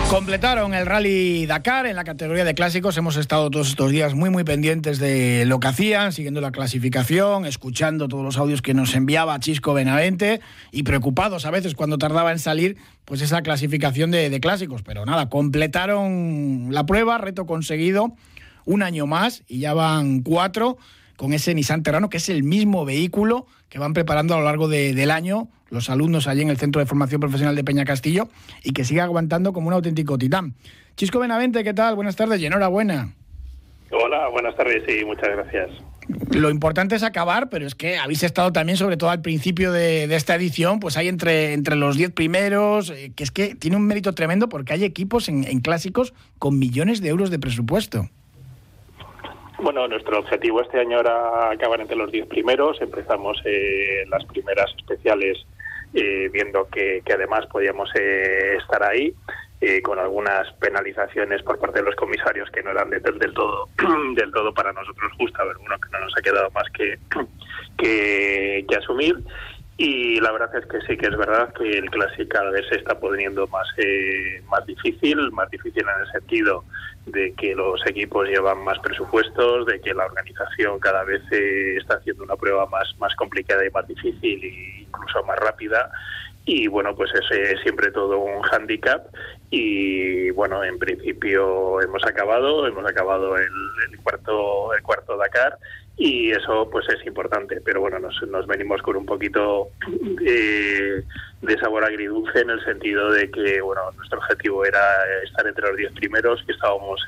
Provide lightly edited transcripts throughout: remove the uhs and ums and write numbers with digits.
Completaron el Rally Dakar en la categoría de clásicos. Hemos estado todos estos días muy pendientes de lo que hacían, siguiendo la clasificación, escuchando todos los audios que nos enviaba Chisco Benavente y preocupados a veces cuando tardaba en salir pues esa clasificación de clásicos. Pero nada, completaron la prueba, reto conseguido, un año más y ya van 4 con ese Nissan Terrano, que es el mismo vehículo que van preparando a lo largo del año los alumnos allí en el Centro de Formación Profesional de Peñacastillo y que sigue aguantando como un auténtico titán. Chisco Benavente, ¿qué tal? Buenas tardes y enhorabuena. Hola, buenas tardes y muchas gracias. Lo importante es acabar, pero es que habéis estado también, sobre todo al principio de esta edición, pues hay entre los 10 primeros, que es que tiene un mérito tremendo porque hay equipos en clásicos con millones de euros de presupuesto. Bueno, nuestro objetivo este año era acabar entre los 10 primeros. Empezamos las primeras especiales viendo que además podíamos estar ahí, con algunas penalizaciones por parte de los comisarios que no eran del todo para nosotros justas, pero bueno, que no nos ha quedado más que asumir. Y la verdad es que sí que es verdad que el Classic cada vez se está poniendo más difícil en el sentido de que los equipos llevan más presupuestos, de que la organización cada vez está haciendo una prueba más complicada y más difícil e incluso más rápida. Y bueno, pues es siempre todo un hándicap. Y bueno, en principio hemos acabado el cuarto Dakar. Y eso pues es importante, pero bueno, nos venimos con un poquito de sabor agridulce en el sentido de que bueno, nuestro objetivo era estar entre los 10 primeros, que estábamos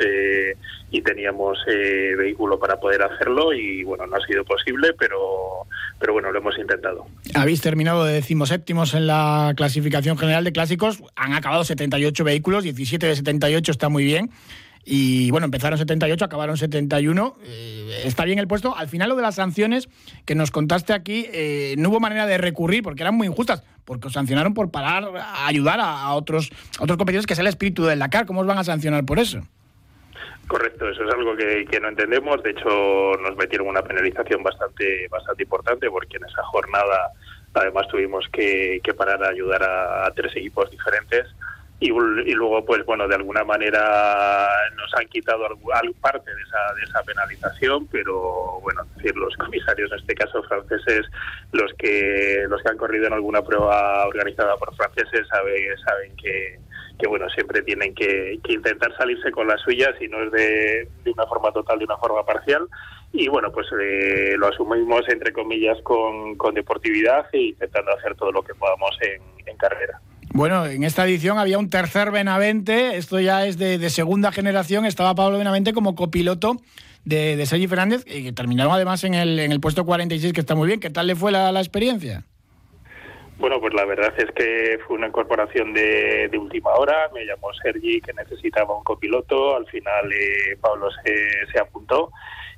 y teníamos vehículo para poder hacerlo y bueno, no ha sido posible, pero bueno, lo hemos intentado. Habéis terminado de 17º en la clasificación general de clásicos, han acabado 78 vehículos, 17 de 78 está muy bien. Y bueno, empezaron 78, acabaron 71. Está bien el puesto. Al final, lo de las sanciones que nos contaste aquí, no hubo manera de recurrir porque eran muy injustas, porque os sancionaron por parar a ayudar a otros competidores, que es el espíritu del Dakar. ¿Cómo os van a sancionar por eso? Correcto, eso es algo que no entendemos. De hecho, nos metieron una penalización bastante importante porque en esa jornada además tuvimos que parar a ayudar a 3 equipos diferentes. Y luego, pues bueno, de alguna manera nos han quitado parte de esa penalización, pero bueno, es decir, los comisarios, en este caso franceses, los que han corrido en alguna prueba organizada por franceses, saben que bueno, siempre tienen que intentar salirse con las suyas, y no es de una forma total, de una forma parcial. Y bueno, pues lo asumimos entre comillas con deportividad e intentando hacer todo lo que podamos en carrera. Bueno, en esta edición había un tercer Benavente, esto ya es de segunda generación, estaba Pablo Benavente como copiloto de Sergi Fernández, y que terminaron además en el puesto 46, que está muy bien. ¿Qué tal le fue la experiencia? Bueno, pues la verdad es que fue una incorporación de última hora. Me llamó Sergi que necesitaba un copiloto, al final Pablo se apuntó.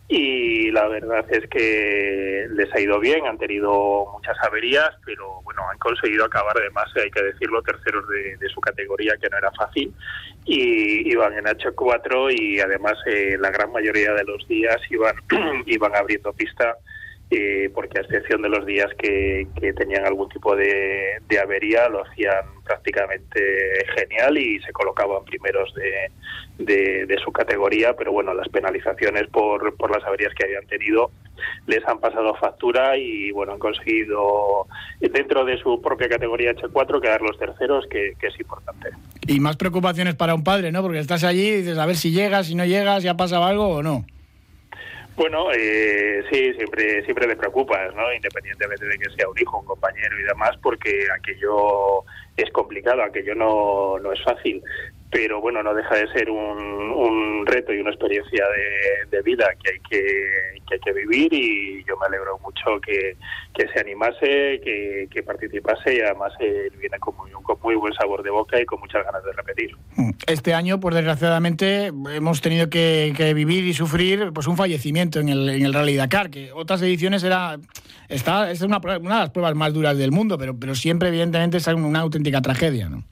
Y la verdad es que les ha ido bien, han tenido muchas averías, pero bueno, han conseguido acabar, además, hay que decirlo, terceros de su categoría, que no era fácil, y iban en H4 y además la gran mayoría de los días iban abriendo pista, porque a excepción de los días que tenían algún tipo de avería, lo hacían prácticamente genial y se colocaban primeros de su categoría. Pero bueno, las penalizaciones por las averías que habían tenido les han pasado factura y bueno, han conseguido dentro de su propia categoría H4 quedar los terceros, que es importante. Y más preocupaciones para un padre, ¿no? Porque estás allí y dices, a ver si llegas, si no llegas, si ha pasado algo o no. Bueno, sí, siempre te preocupas, ¿no? Independientemente de que sea un hijo, un compañero y demás, porque aquello es complicado, aquello no es fácil. Pero bueno, no deja de ser un reto y una experiencia de vida que hay que vivir, y yo me alegro mucho que se animase, que participase, y además viene con muy buen sabor de boca y con muchas ganas de repetir. Este año, pues desgraciadamente, hemos tenido que vivir y sufrir pues un fallecimiento en el Rally Dakar, que otras ediciones es una de las pruebas más duras del mundo, pero siempre evidentemente es una auténtica tragedia, ¿no?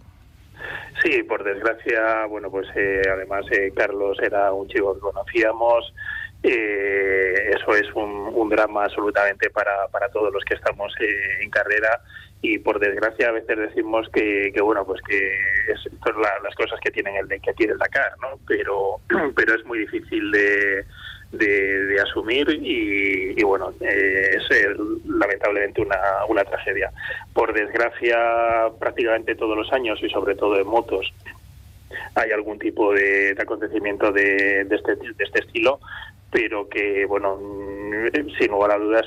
Sí, por desgracia, bueno, pues además Carlos era un chico que conocíamos. Eso es un drama absolutamente para todos los que estamos en carrera, y por desgracia a veces decimos que bueno, pues que son las cosas que tiene el Dakar, ¿no? Pero es muy difícil de asumir y bueno, es lamentablemente una tragedia. Por desgracia, prácticamente todos los años y sobre todo en motos hay algún tipo de acontecimiento de este estilo, pero que bueno, sin lugar a dudas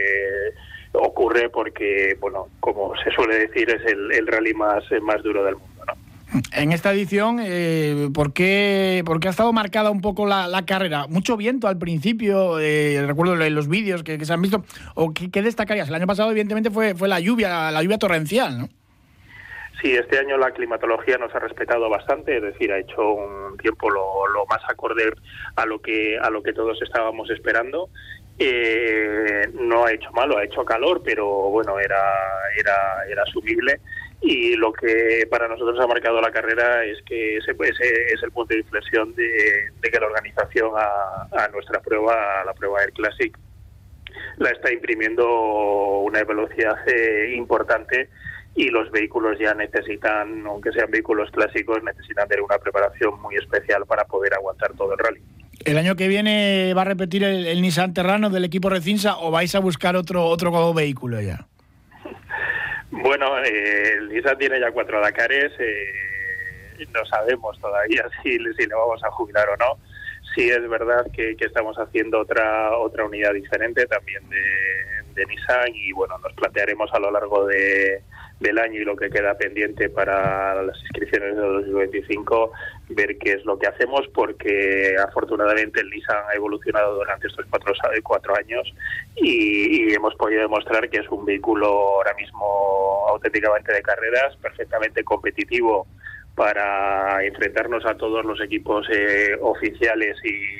ocurre porque, bueno, como se suele decir, es el rally más duro del mundo, ¿no? En esta edición, ¿por qué ha estado marcada un poco la carrera? Mucho viento al principio, recuerdo en los vídeos que se han visto. ¿O qué destacarías? El año pasado, evidentemente, fue la lluvia torrencial, ¿no? Sí, este año la climatología nos ha respetado bastante, es decir, ha hecho un tiempo lo más acorde a lo que todos estábamos esperando. No ha hecho malo, ha hecho calor, pero bueno, era asumible. Y lo que para nosotros ha marcado la carrera es que ese es el punto de inflexión de que la organización a nuestra prueba, a la prueba Air Classic, la está imprimiendo una velocidad importante, y los vehículos ya necesitan, aunque sean vehículos clásicos, necesitan tener una preparación muy especial para poder aguantar todo el rally. ¿El año que viene va a repetir el Nissan Terrano del equipo Recinsa o vais a buscar otro vehículo ya? Bueno, el Nissan tiene ya 4 Dakares, no sabemos todavía si le vamos a jubilar o no. Sí es verdad que estamos haciendo otra unidad diferente también de Nissan, y bueno, nos plantearemos a lo largo del año y lo que queda pendiente para las inscripciones de 2025 ver qué es lo que hacemos, porque afortunadamente el Nissan ha evolucionado durante estos 4 años y hemos podido demostrar que es un vehículo ahora mismo auténticamente de carreras, perfectamente competitivo para enfrentarnos a todos los equipos oficiales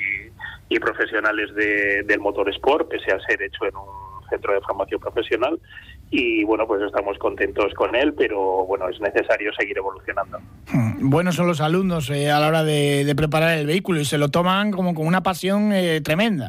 y profesionales del motorsport, pese a ser hecho en un centro de formación profesional. Y bueno, pues estamos contentos con él, pero bueno, es necesario seguir evolucionando. Buenos son los alumnos a la hora de preparar el vehículo y se lo toman como con una pasión tremenda.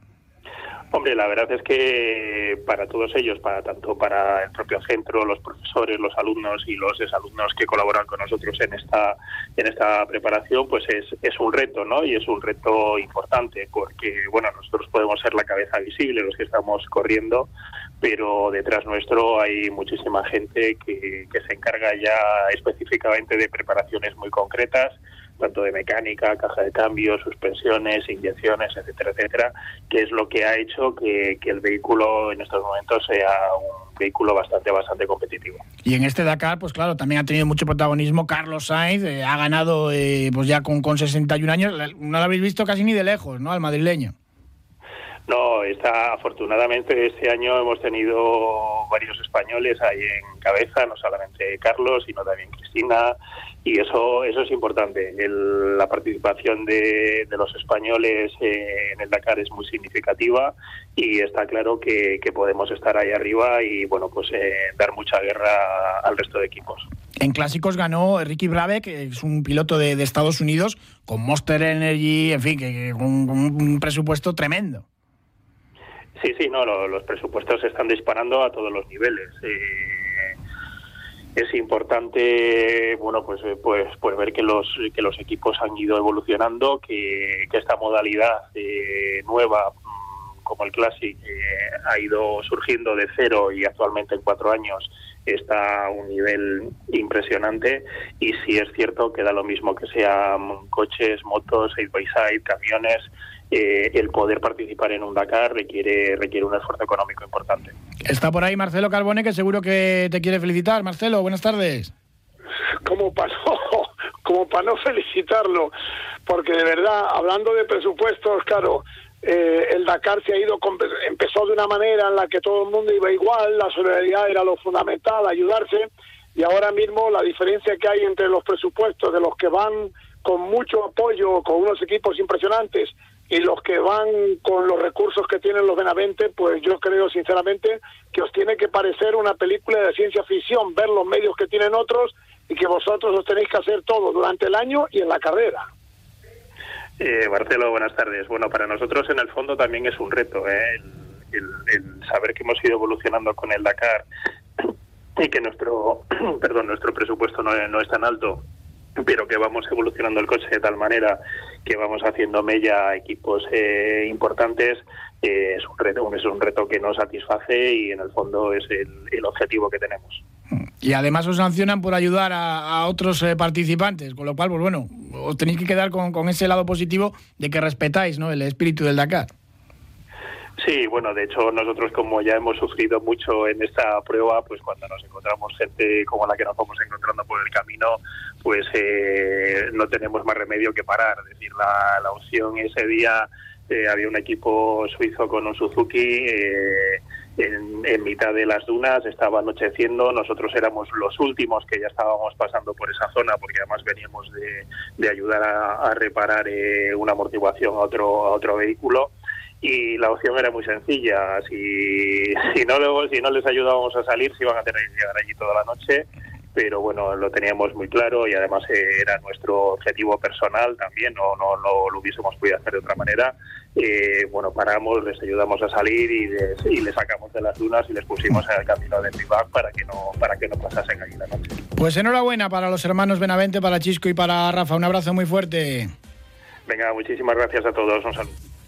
Hombre, la verdad es que para todos ellos, tanto para el propio centro, los profesores, los alumnos y los exalumnos que colaboran con nosotros en esta preparación, pues es un reto, ¿no? Y es un reto importante porque, bueno, nosotros podemos ser la cabeza visible, los que estamos corriendo, pero detrás nuestro hay muchísima gente que se encarga ya específicamente de preparaciones muy concretas, tanto de mecánica, caja de cambio, suspensiones, inyecciones, etcétera, etcétera, que es lo que ha hecho que el vehículo en estos momentos sea un vehículo bastante competitivo. Y en este Dakar, pues claro, también ha tenido mucho protagonismo Carlos Sainz, ha ganado pues ya con 61 años, no lo habéis visto casi ni de lejos, ¿no?, al madrileño. No, afortunadamente este año hemos tenido varios españoles ahí en cabeza, no solamente Carlos, sino también Cristina, y eso es importante. La participación de los españoles en el Dakar es muy significativa y está claro que podemos estar ahí arriba y bueno, pues dar mucha guerra al resto de equipos. En clásicos ganó Ricky Brabeck, que es un piloto de Estados Unidos, con Monster Energy, en fin, que con un presupuesto tremendo. Sí, no, los presupuestos se están disparando a todos los niveles. Es importante, bueno, pues ver que los equipos han ido evolucionando, que esta modalidad nueva como el Classic ha ido surgiendo de cero y actualmente en 4 años está a un nivel impresionante, y sí es cierto que da lo mismo que sean coches, motos, side by side, camiones. El poder participar en un Dakar requiere un esfuerzo económico importante. Está por ahí Marcelo Carbone, que seguro que te quiere felicitar. Marcelo, buenas tardes. Como para no felicitarlo, porque de verdad, hablando de presupuestos, claro, el Dakar empezó de una manera en la que todo el mundo iba igual, la solidaridad era lo fundamental, ayudarse, y ahora mismo la diferencia que hay entre los presupuestos de los que van con mucho apoyo, con unos equipos impresionantes, y los que van con los recursos que tienen los Benavente, pues yo creo sinceramente que os tiene que parecer una película de ciencia ficción, ver los medios que tienen otros y que vosotros os tenéis que hacer todo durante el año y en la carrera. Marcelo, buenas tardes. Bueno, para nosotros en el fondo también es un reto, el saber que hemos ido evolucionando con el Dakar y que nuestro presupuesto no es tan alto, pero que vamos evolucionando el coche de tal manera que vamos haciendo mella a equipos importantes. Es un reto que nos satisface y en el fondo es el objetivo que tenemos. Y además os sancionan por ayudar a otros participantes, con lo cual, pues bueno, os tenéis que quedar con ese lado positivo de que respetáis, ¿no?, el espíritu del Dakar. Sí, bueno, de hecho nosotros, como ya hemos sufrido mucho en esta prueba, pues cuando nos encontramos gente como la que nos vamos encontrando por el camino, pues no tenemos más remedio que parar. Es decir, la opción ese día, había un equipo suizo con un Suzuki en mitad de las dunas, estaba anocheciendo, nosotros éramos los últimos que ya estábamos pasando por esa zona, porque además veníamos de ayudar a reparar una amortiguación a otro vehículo. Y la opción era muy sencilla: si no les ayudábamos a salir, se iban a tener que llegar allí toda la noche. Pero bueno, lo teníamos muy claro y además era nuestro objetivo personal también, no lo hubiésemos podido hacer de otra manera. Bueno, paramos, les ayudamos a salir y les sacamos de las dunas y les pusimos en el camino de Pivac para que no pasasen allí la noche. Pues enhorabuena para los hermanos Benavente, para Chisco y para Rafa. Un abrazo muy fuerte. Venga, muchísimas gracias a todos. Un saludo.